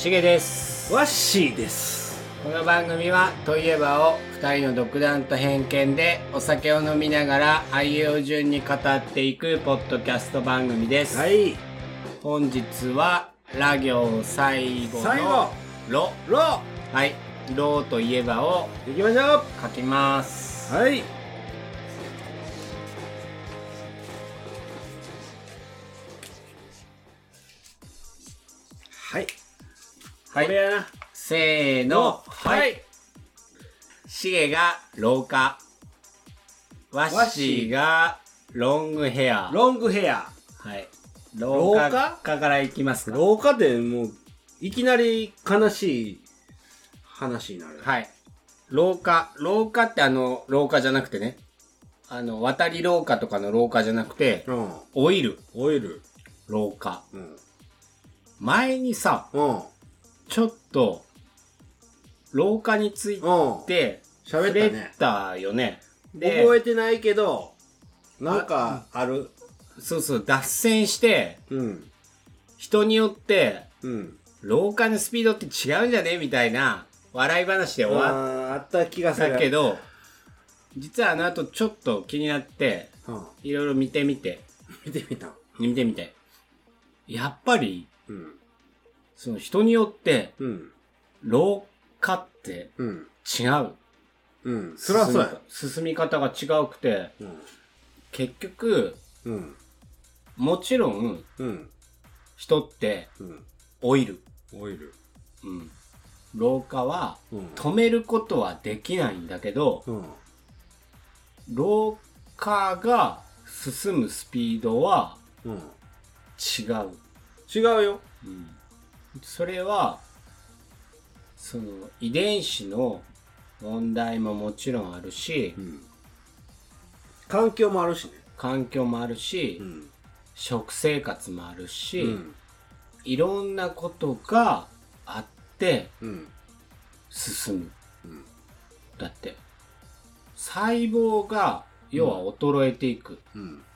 しげです。 わっしーです。 この番組はといえばを2人の独断と偏見でお酒を飲みながら愛用順に語っていくポッドキャスト番組です。 はい。 本日はラ行最後のロ。はい。ロといえばを行きましょう。 書きます。 はい。はい。 はい。 これやな。 せーの。はい。しげが廊下。わっしーがロングヘア。 ロングヘア。 はい。廊下からいきますか。 廊下でもう、いきなり悲しい話になる。 はい。廊下って廊下じゃなくてね。渡り廊下とかの廊下じゃなくて、オイル。廊下。前にさ、ちょっと、廊下について、 喋ったよね。 で、覚えてないけど、なんか、ある。 そう、脱線して、人によって、廊下のスピードって違うんじゃねみたいな、笑い話で終わった気がする。 だけど、実はあの後ちょっと気になって、いろいろ見てみて。やっぱり、その人によって、廊下って違う。 そりゃそうや。 進み方が違うくて、結局、もちろん、人って、オイル。廊下は、止めることはできないんだけど、廊下が進むスピードは、違う。 違うよ。 それは、その遺伝子の問題ももちろんあるし、 環境もあるしね。 食生活もあるし、いろんなことがあって、進む。だって、細胞が、要は衰えていく。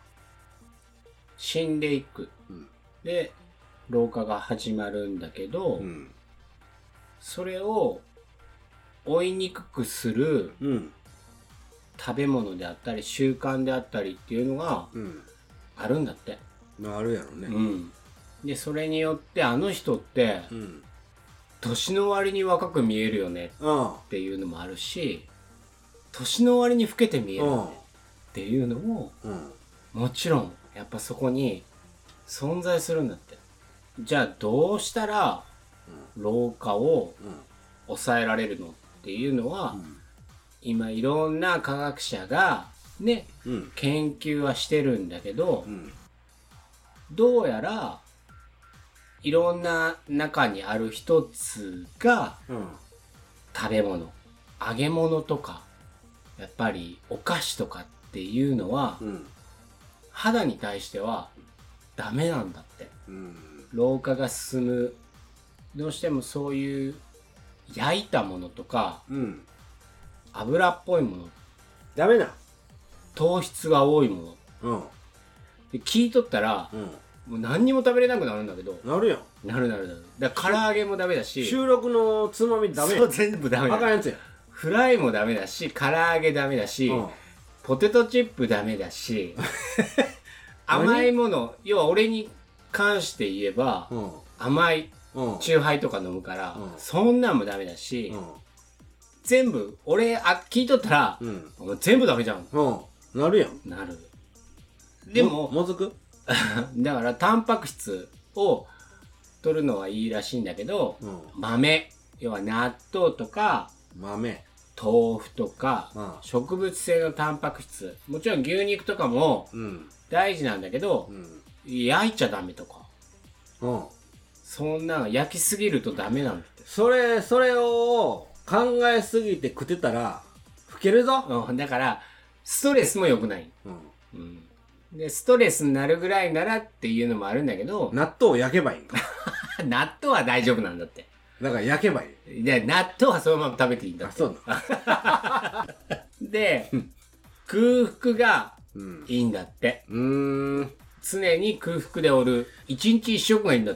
死んでいく。で、老化が始まるんだけど、それを追いにくくする食べ物であったり習慣であったりっていうのがあるんだって。 あるやろね。 で、それによってあの人って、年の割に若く見えるよねっていうのもあるし、年の割に老けて見えるよねっていうのも、もちろんやっぱそこに存在するんだって。じゃあどうしたら老化を抑えられるのっていうのは、今いろんな科学者がね、研究はしてるんだけど、どうやらいろんな中にある一つが、食べ物、揚げ物とか、やっぱりお菓子とかっていうのは、肌に対してはダメなんだって。老化が進む。どうしてもそういう焼いたものとか、油っぽいもの。 ダメな。 糖質が多いもの。で聞いとったら、もう何にも食べれなくなるんだけど。 なるやん。 なる。だから唐揚げもダメだし。 収録のつまみダメ。 そう、全部ダメだ。 あかんやつや。 フライもダメだし、唐揚げダメだし、ポテトチップダメだし、甘いもの、要は俺に関して言えば、甘い、チューハイとか飲むから、そんなんもダメだし、全部、俺、聞いとったら、全部ダメじゃん。 なるやん。 なる。でも、 もずくだから、タンパク質を取るのはいいらしいんだけど、豆、要は納豆とか、豆腐とか、植物性のタンパク質、もちろん牛肉とかも大事なんだけど、焼いちゃダメとか。そんな焼きすぎるとダメなんだって。 それを考えすぎて食ってたら、老けるぞ。 だから、ストレスも良くない。で、ストレスになるぐらいならっていうのもあるんだけど、 納豆を焼けばいいんか。 納豆は大丈夫なんだって。 だから焼けばいい。 で、納豆はそのまま食べていいんだって。 そうだ。 で、空腹がいいんだって。 常に空腹でおる。一日一食がいいんだって。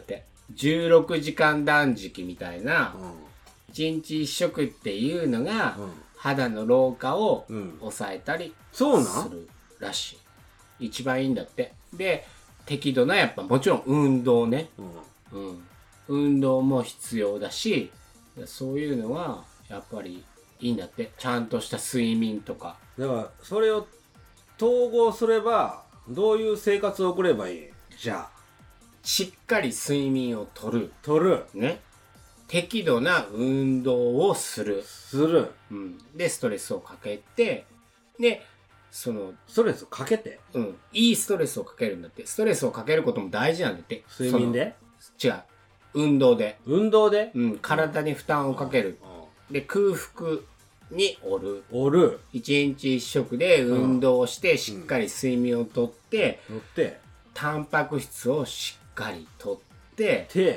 16時間断食みたいな、1日1食っていうのが、肌の老化を抑えたりするらしい。一番いいんだって。で、適度なやっぱもちろん運動ね。運動も必要だし、そういうのはやっぱりいいんだって。ちゃんとした睡眠とか。 だからそれを統合すればどういう生活を送ればいい？じゃあしっかり睡眠をとる。ね。適度な運動をする。で、ストレスをかけて、で、ストレスをかけて？ いいストレスをかけるんだって。ストレスをかけることも大事なんだって。 睡眠で？ 違う。運動で。体に負担をかける。で、空腹におる。一日一食で運動をして、しっかり睡眠をとって、タンパク質をしっかりとって、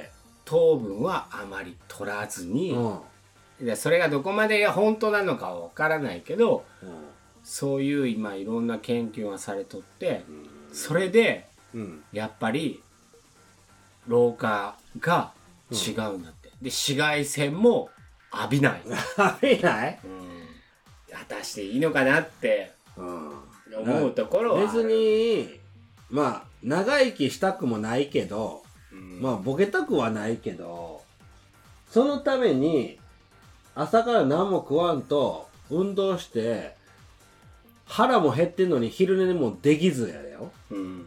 糖分はあまり取らずに、それがどこまで本当なのかはわからないけど、そういう今いろんな研究がされとって、それで、やっぱり老化が違うんだって。で、紫外線も浴びない。 果たしていいのかなって思うところは別にまあ長生きしたくもないけど、まあボケたくはないけど、そのために朝から何も食わんと運動して腹も減ってんのに昼寝もできずやでよ。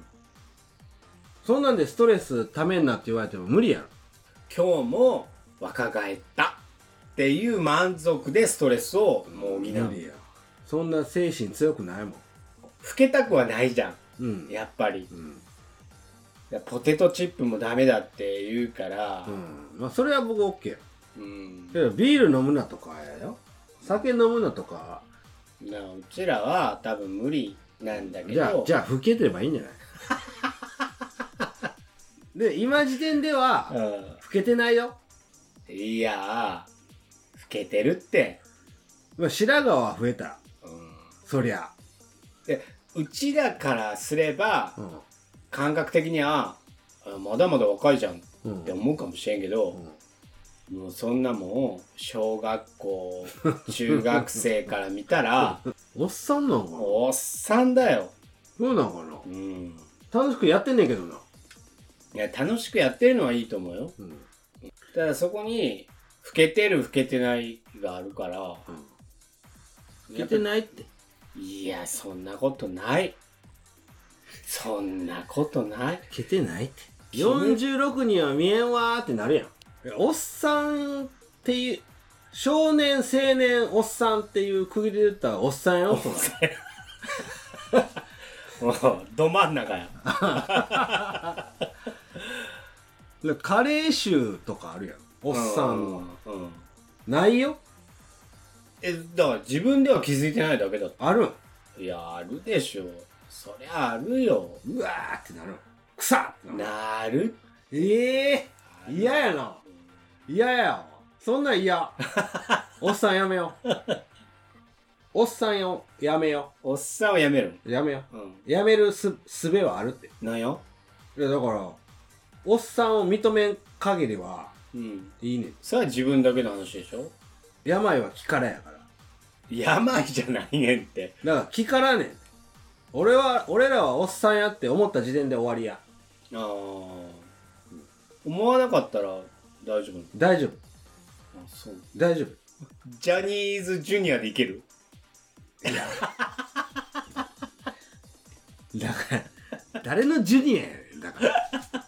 そんなんでストレスためんなって言われても無理やん。 今日も若返ったっていう満足でストレスをもう補う。無理や。 そんな精神強くないもん。 老けたくはないじゃん。やっぱり。ポテトチップもダメだって言うから。 まあそれは僕 OK。けどビール飲むなとかやよ。酒飲むなとか。 うちらは多分無理なんだけど。 じゃあ老けてればいいんじゃないで、今時点では、老けてないよ。 いや老けてるって。 白髪は増えた。そりゃ。 で、うちらからすれば、感覚的には、まだまだ若いじゃんって思うかもしれんけど、もうそんなもん、小学校、中学生から見たら、 おっさんなんかな？ おっさんだよ。 そうなんかな？楽しくやってんねんけどな。 いや、楽しくやってるのはいいと思うよ。ただそこに、老けてる老けてないがあるから、老けてないって。 いや、そんなことない。そんなことない。 老けてないって。46には見えんわーってなるやん。おっさんっていう、少年、青年、おっさんっていう区切りで言ったらおっさんやろ、そもう、ど真ん中や。 カレー臭とかあるやん。おっさんの。ないよ。 だから自分では気づいてないだけだって。 あるん？ いや、あるでしょ。そりゃあるよ。 うわーってなる。くさっなる。 嫌やな。嫌や。そんなん嫌。おっさんやめよう。おっさんよ、やめよう。おっさんはやめる。 やめよう。やめるすべはあるって。 なんよ。 いや、だから、おっさんを認めん限りは、いいねん。 それは自分だけの話でしょ。 病は気からやから。 病じゃないねんって。 だから気からねん。俺らはおっさんやって思った時点で終わりや。 思わなかったら大丈夫？ 大丈夫。 そう。 大丈夫。 ジャニーズジュニアでいける？ いや。だから、誰のジュニアやねん。だから。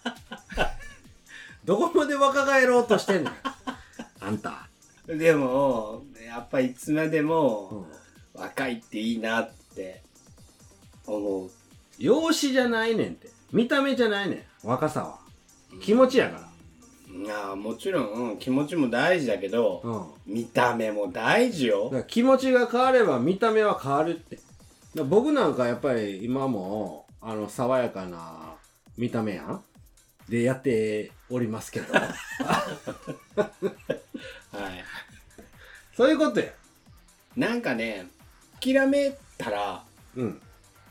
どこまで若返ろうとしてんねん。あんた。 でも、やっぱいつまでも、若いっていいなって思う。 容姿じゃないねんって。見た目じゃないねん。若さは。気持ちやから。 いや、もちろん、気持ちも大事だけど、見た目も大事よ。 だから気持ちが変われば見た目は変わるって。僕なんかやっぱり今も、爽やかな見た目やんでやっておりますけど。はい。そういうことや。 なんかね、諦めたら、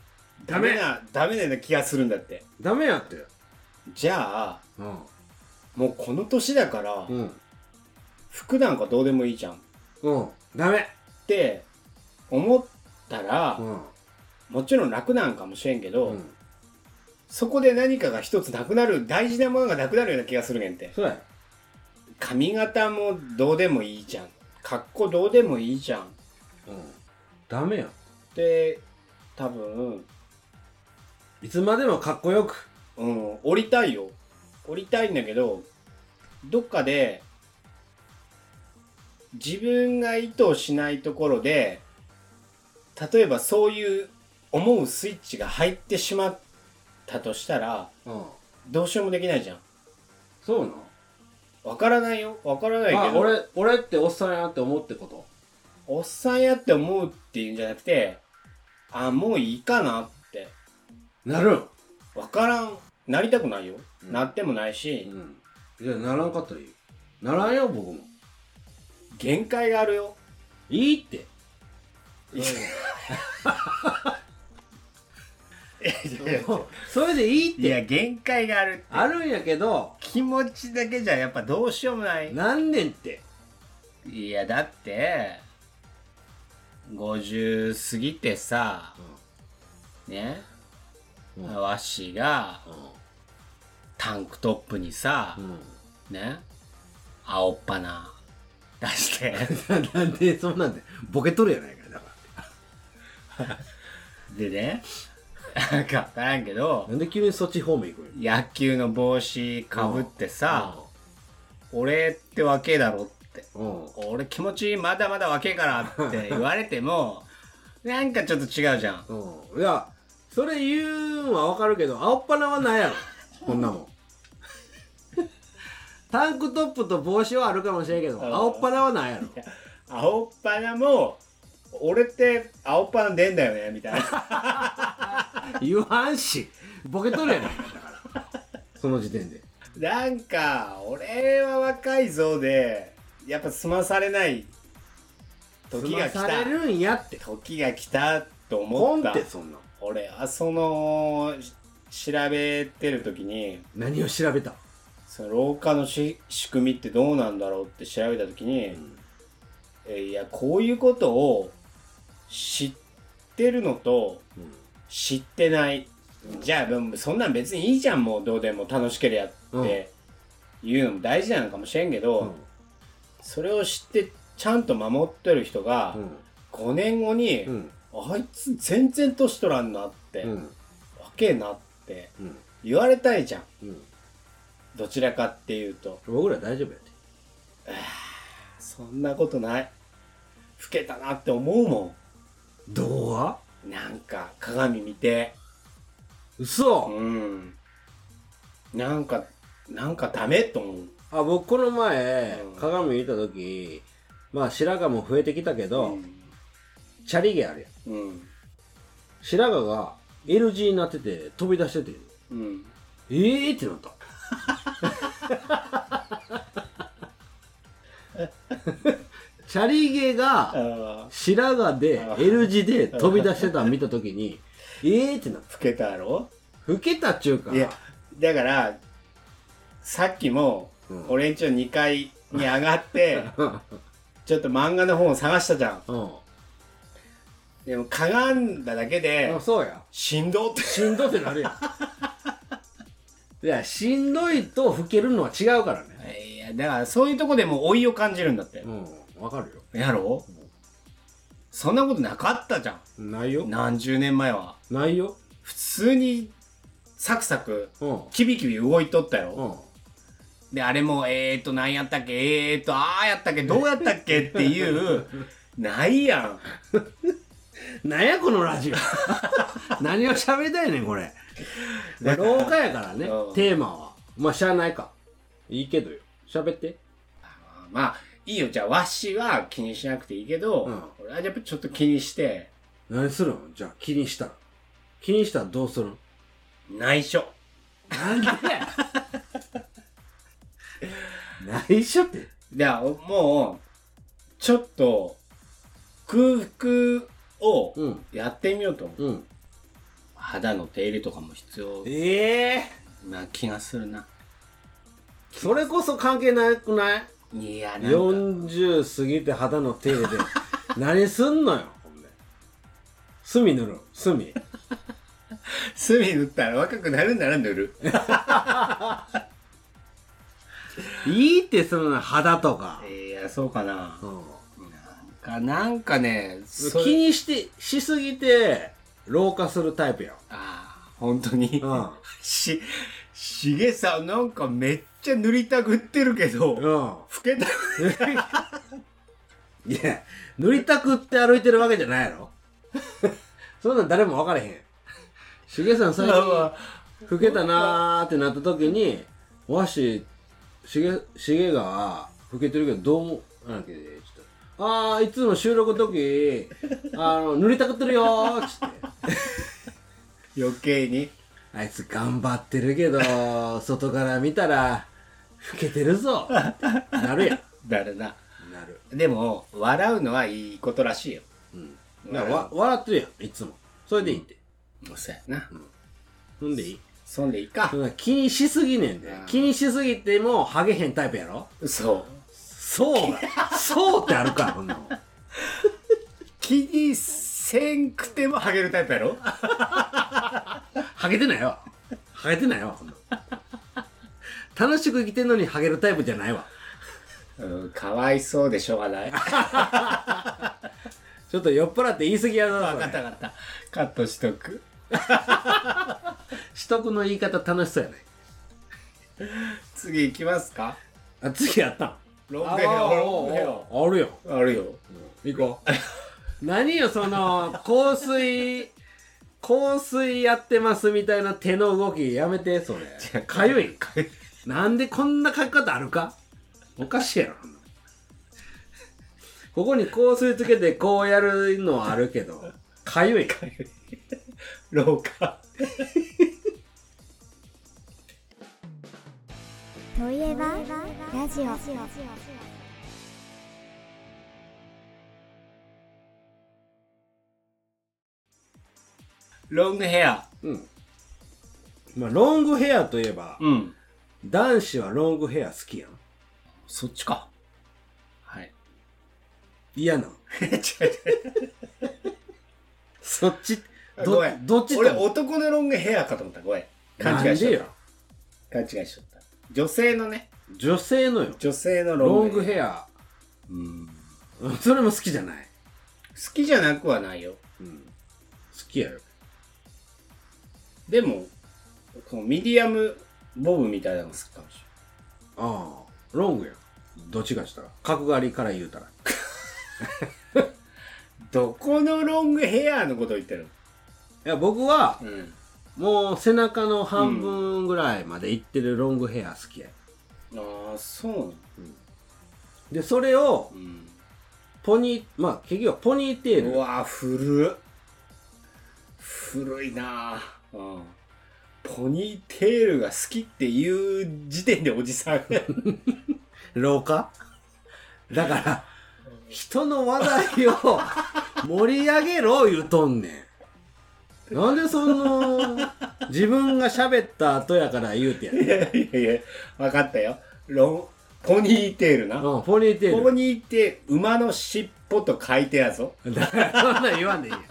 ダメな気がするんだって。 ダメやって。 じゃあ、 もうこの年だから、 うん。 服なんかどうでもいいじゃんっうん。ダメ。 て思ったら、 うん。 もちろん楽なんかもしれんけど、 うん。 そこで何かが一つなくなる、大事なものがなくなるような気がするねんて。 そうや。 髪型もどうでもいいじゃん。格好どうでもいいじゃん。 うん。ダメや。 で、多分、 いつまでもかっこよく。 降りたいよ。降りたいんだけど、どっかで、自分が意図しないところで、例えばそういう思うスイッチが入ってしまったとしたら、 うん。 どうしようもできないじゃん。 そうなの？ わからないよ。わからないけど。 俺っておっさんやって思ってこと？ おっさんやって思うっていうんじゃなくて、もういいかなって。 なるん？ わからん。なりたくないよ。 うん、 なってもないし。 うん。いや、ならんかったらいいよ。ならんよ、僕も。 限界があるよ。 いいって。それでいいって。 いや、限界があるって。 あるんやけど、 気持ちだけじゃやっぱどうしようもない。 何年って。 いや、だって、50過ぎてさ、ね、わしが、タンクトップにさ、ね、青っ鼻出してなんでそんなんでボケとるやないかだからでね、なんか分からんけど、 なんで急にそっち方面行くん野球の帽子かぶってさ、俺ってわけだろって、俺気持ちまだまだわけからって言われてもなんかちょっと違うじゃん。 いや、それ言うんはわかるけど、青っ鼻はないやろこんなもん。タンクトップと帽子はあるかもしれんけど、青っ鼻はないやろ。 青っ鼻も俺って青っ鼻出んだよねみたいな言わんし、ボケとるやないかだからその時点で。 なんか俺は若いぞでやっぱ済まされない時が来た。 済まされるんやって。 時が来たと思った。 ポンってそんな。 俺は調べてる時に何を調べた？ その老化の仕組みってどうなんだろうって調べた時に、いやこういうことを知ってるのと、知ってない、じゃあそんなん別にいいじゃん、もうどうでも楽しければっていうのも大事なのかもしれんけど、それを知ってちゃんと守ってる人が、5年後に、あいつ全然年取らんなって、わけえなって言われたいじゃん、どちらかっていうと。 僕ら大丈夫やって。 そんなことない。老けたなって思うもん。どうは？ なんか鏡見て。 嘘。 なんかダメと思う。 僕この前、鏡見た時、まあ白髪も増えてきたけど、チャリ毛あるやん。白髪が L 字になってて飛び出してて、ってなった。チャリ毛が白髪で L 字で飛び出してたの見た時にってなった。 老けたやろ？ 老けたっちゅうか。 いやだからさっきも、俺んちの2階に上がってちょっと漫画の本を探したじゃん。でもかがんだだけでそうや、 しんどってなるやん。いや、しんどいと老けるのは違うからね。 いやだからそういうとこでも老いを感じるんだって。 わかるよ。 やろ？そんなことなかったじゃん。 ないよ。 何十年前は。 ないよ。 普通にサクサクキビキビ動いとったよ。であれも何やったっけやったっけどうやったっけっていうないやん。 なんやこのラジオ。何を喋りたいねんこれ。廊下やからね、テーマは。まあしゃあないか。いいけどよ、喋って。 まあいいよ。じゃあわしは気にしなくていいけど、俺はやっぱちょっと気にして。 何するの？じゃあ気にしたらどうするの？ 内緒。 なんで内緒って。 じゃあもうちょっと空腹をやってみようと思う。肌の手入れとかも必要な気がするな。 それこそ関係なくない？ いや、なんか。 40過ぎて肌の手入れで。何すんのよ。墨塗る。墨。 墨塗ったら若くなるんなら塗る。 いいってその肌とか。 いや、そうかな。なんかね、 気にしすぎて、老化するタイプよ。 ああ、本当に。 うん。 しげさんなんかめっちゃ塗りたくってるけど、老けた。 いや、塗りたくって歩いてるわけじゃないやろ。そんなん誰も分かれへん。しげさん最近、老けたなーってなった時に、わし、しげが、老けてるけど、どうも、なんだっけ、ちょっと、いつも収録の時、塗りたくってるよー、つって。 余計に。 あいつ頑張ってるけど、外から見たら、老けてるぞ。なるやん。 だるな。 なる。 でも、笑うのはいいことらしいよ。 うん。笑ってるやん、いつも。それでいいって。 そうやな。 そんでいい？ そんでいいか。 気にしすぎねんで。気にしすぎても、ハゲへんタイプやろ？ そう。 そうってあるか、こんなの。 気にせんくてもハゲるタイプやろ？ ハゲてないわ。ハゲてないわ、こんなの。楽しく生きてんのにハゲるタイプじゃないわ。 かわいそうでしょうがない。 ちょっと酔っ払って言い過ぎやな。 分かった分かった。カットしとく。 しとくの言い方楽しそうやね。 次行きますか？ 次やったん？ ロングヘア。ロングヘア。 あるよ。 あるよ。 行こう。何よ、その、香水やってますみたいな手の動きやめて、それ。かゆい。なんでこんな書き方あるか？おかしいやろ。ここに香水つけてこうやるのはあるけど、かゆい。 廊下。 といえばラジオ。 ロングヘア。 うん。まあ、ロングヘアといえば、 うん。 男子はロングヘア好きやん。 そっちか。はい。 嫌なの。そっち、 ごめん。 どっち俺男のロングヘアかと思った。ごめん。勘違いしとった。勘違いしとった。女性のね。 女性のよ。 女性のロングヘア。 うん。 それも好きじゃない。 好きじゃなくはないよ。 うん。好きやよ。 でも、このミディアムボブみたいなのが好きかもしれない。ああ、ロングや。どっちかしたら。角刈りから言うたら。 どこのロングヘアのこと言ってるの？いや、僕は、 うん、 もう背中の半分ぐらいまでいってるロングヘア好きや。 ああ、そうなの、 で、それを、まあ、結局はポニーテール。 うわぁ、古いなぁ。ポニーテールが好きっていう時点でおじさん。 老化？だから、人の話題を盛り上げろ言うとんねん。なんでその、自分が喋った後やから言うてやる。 いやいやいや、わかったよ。ポニーテールな。 うん、ポニーテール。 ポニーテール、馬の尻尾と書いてやぞ。 だからそんなん言わんでいいや。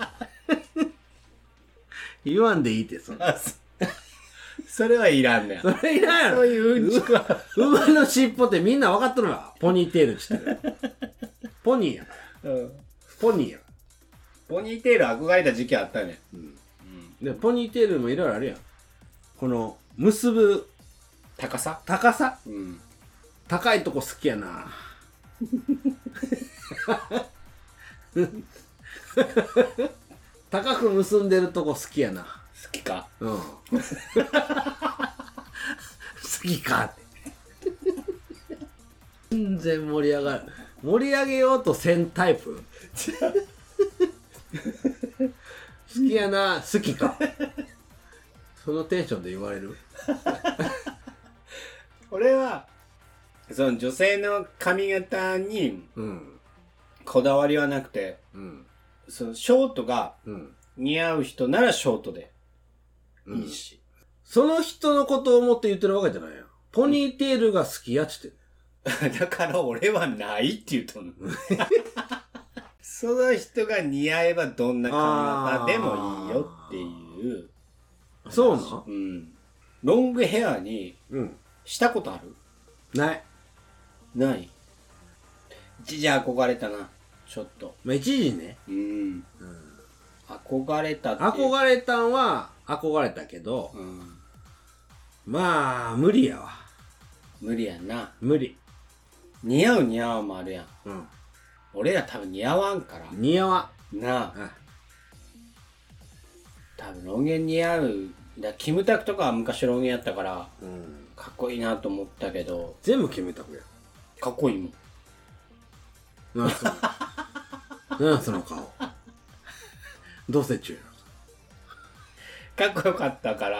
言わんでいいってそれ。 それはいらんねん。 それいらんやろ。 そういううんちくは。 馬の尻尾ってみんな分かっとるわ。ポニーテールって言ってる。ポニーやから。ポニーやから。 ポニーテール憧れた時期あったね。 で、ポニーテールもいろいろあるやん。この、結ぶ。 高さ？ 高いとこ好きやな。高く結んでるとこ好きやな。 好きか。 好きかって。全然盛り上がる。盛り上げようとせんタイプ。好きやな、好きか。そのテンションで言われる？ 俺は、その女性の髪型に、こだわりはなくて、そのショートが似合う人ならショートでいいし。 その人のことを思って言ってるわけじゃないよ。 ポニーテールが好きやっつって。 だから俺はないって言うとんの。その人が似合えばどんな髪型でもいいよっていう。 そうなの？ うん。ロングヘアに、したことある？ ない。 ない。一時憧れたな。ちょっと。 まあ、一時ね。 憧れたって。 憧れたんは、憧れたけど、まあ、無理やわ。 無理やんな。 無理。 似合う似合わんもあるやん。俺ら多分似合わんから。 似合わん。なあ。多分ロン毛似合う。キムタクとかは昔ロン毛やったから、かっこいいなと思ったけど。 全部キムタクや。 かっこいいもん。 なんその顔。どうせ中かっこよかったから、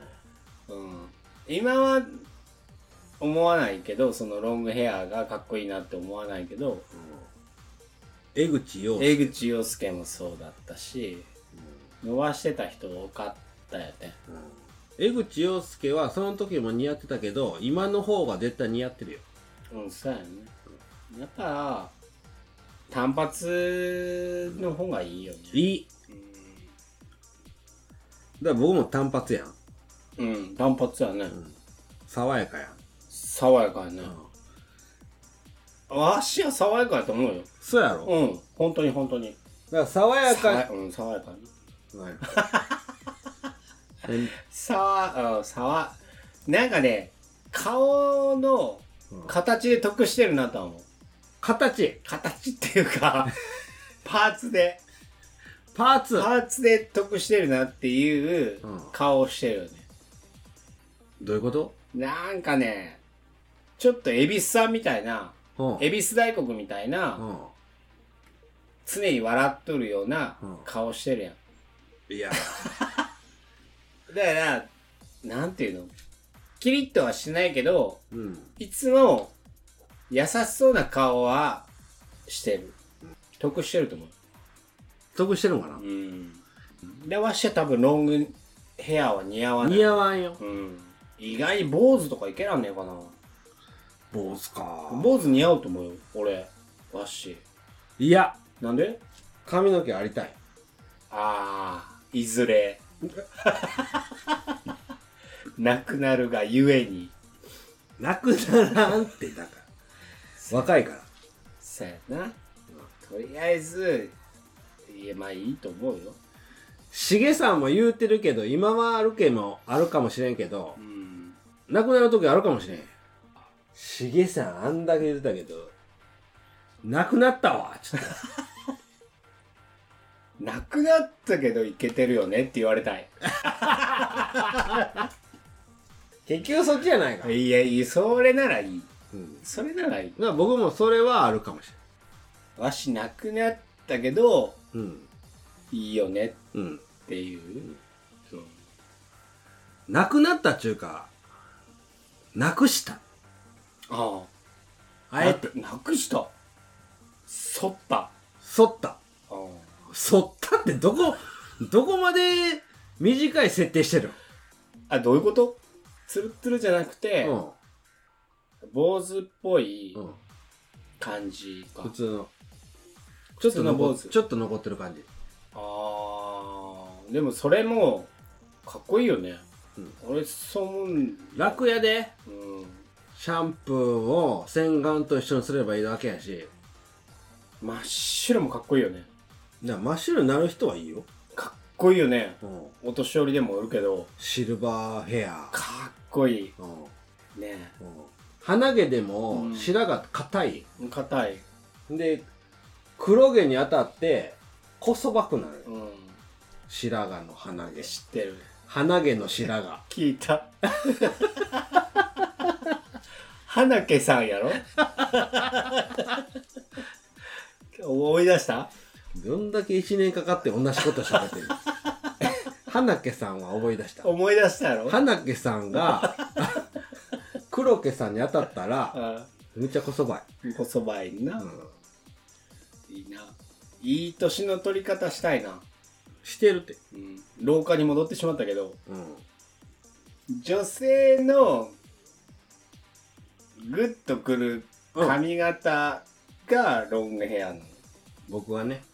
今は思わないけど、そのロングヘアがかっこいいなって思わないけど、 江口洋介もそうだったし、伸ばしてた人多かったよね。 江口洋介はその時も似合ってたけど、今の方が絶対似合ってるよ。 そうやね。やっぱ単発の方がいいよね。 いい。だから僕も単発やん。 単発やね。 爽やかやん。 爽やかやね。足は爽やかやと思うよ。 そうやろ？ 本当に本当に。 だから爽やか。 爽やかに。なんかね、顔の形で得してるなと思う。形っていうか、パーツで得してるなっていう顔をしてるよね。 どういうこと？ なんかね、ちょっと恵比寿さんみたいな、恵比寿大国みたいな、常に笑っとるような顔してるやん。 いや。 だから、なんていうの？キリッとはしないけど、いつも優しそうな顔はしてる。得してると思う。 得してるのかな？ で、わしは多分ロングヘアは似合わない。 似合わんよ。 意外に坊主とかいけらんねえかな。 坊主か。 坊主似合うと思うよ、俺。わし。 いや。 なんで？ 髪の毛ありたい。 いずれ。なくなるがゆえに。 なくならんって、だから。若いから。 そうやな。とりあえず、まあいいと思うよ。 しげさんも言うてるけど、今はあるかもしれんけど、亡くなる時あるかもしれん。しげさんあんだけ言ってたけど、亡くなったわちょっと亡くなったけどイケてるよねって言われたい。 結局そっちじゃないか。 いや、それならいい。それならいい。 僕もそれはあるかもしれん。わし亡くなったけど、いいよねっていう。 亡くなったっちゅうか、なくした。 あえて。なくした。剃った。 剃ったってどこまで短い設定してるの？どういうこと？ツルツルじゃなくて、坊主っぽい感じか。 普通の。 ちょっとの坊主。 ちょっと残ってる感じ。 でもそれもかっこいいよね。俺そう思う。 楽やで。シャンプーを洗顔と一緒にすればいいだけやし。 真っ白もかっこいいよね。 真っ白になる人はいいよ。 かっこいいよね。お年寄りでもおるけど。 シルバーヘア。 かっこいい。ね。 鼻毛でも白が硬い。 硬い。 で、黒毛に当たってこそばくなる。白髪の鼻毛。 知ってる。 鼻毛の白髪。 聞いた。花毛さんやろ？思い出した？ どんだけ1年かかって同じこと喋ってる花毛さんは思い出した。 思い出したやろ？花毛さんが黒毛さんに当たったらむっちゃこそばい。 こそばいな。いいな。いい年の取り方したいな。 してるって。 廊下に戻ってしまったけど、女性のグッとくる髪型がロングヘアなの。 僕はね。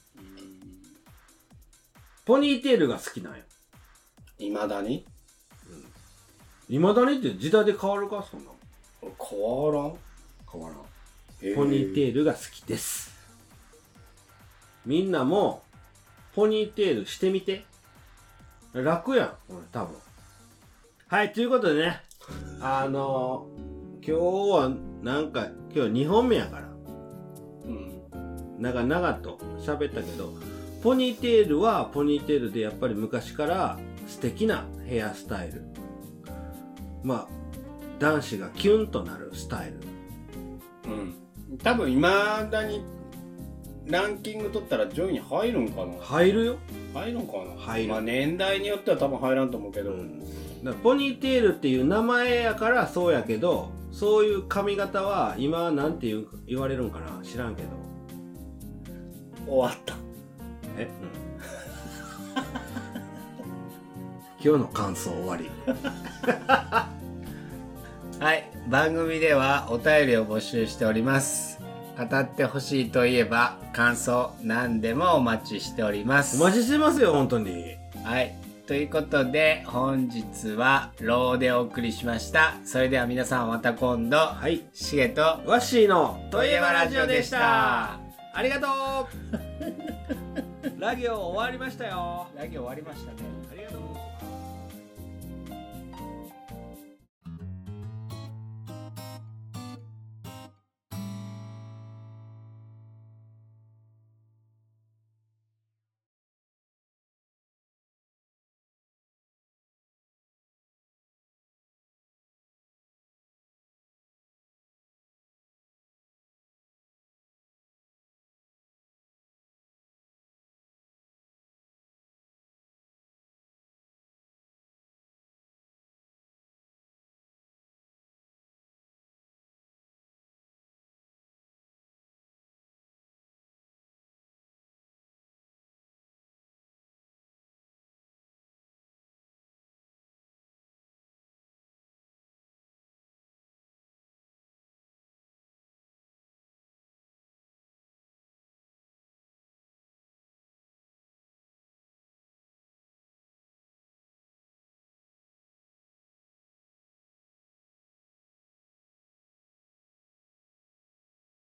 ポニーテールが好きなんよ。 未だに？ 未だにって時代で変わるかそんな。 変わらん？ 変わらん。ポニーテールが好きです。みんなもポニーテールしてみて。楽やん、俺多分。はい、ということでね、今日はなんか今日2本目やから、長々と喋ったけど、ポニーテールはポニーテールでやっぱり昔から素敵なヘアスタイル。まあ男子がキュンとなるスタイル。 多分未だにランキング取ったら上位に入るんかな。 入るよ。 入るんかな。 入る。 まあ年代によっては多分入らんと思うけど、 だからポニーテールっていう名前やからそうやけど、そういう髪型は今なんて言われるんかな知らんけど。 終わった。 今日の感想終わり。 はい、番組ではお便りを募集しております。語ってほしいといえば感想何でもお待ちしております。 お待ちしてますよ本当に。 はい、ということで本日はローでお送りしました。それでは皆さんまた今度。はい、しげとワッシーのといえばラジオでした。ありがとう。ラ行終わりましたよ。 ラ行終わりましたね。 ありがとう。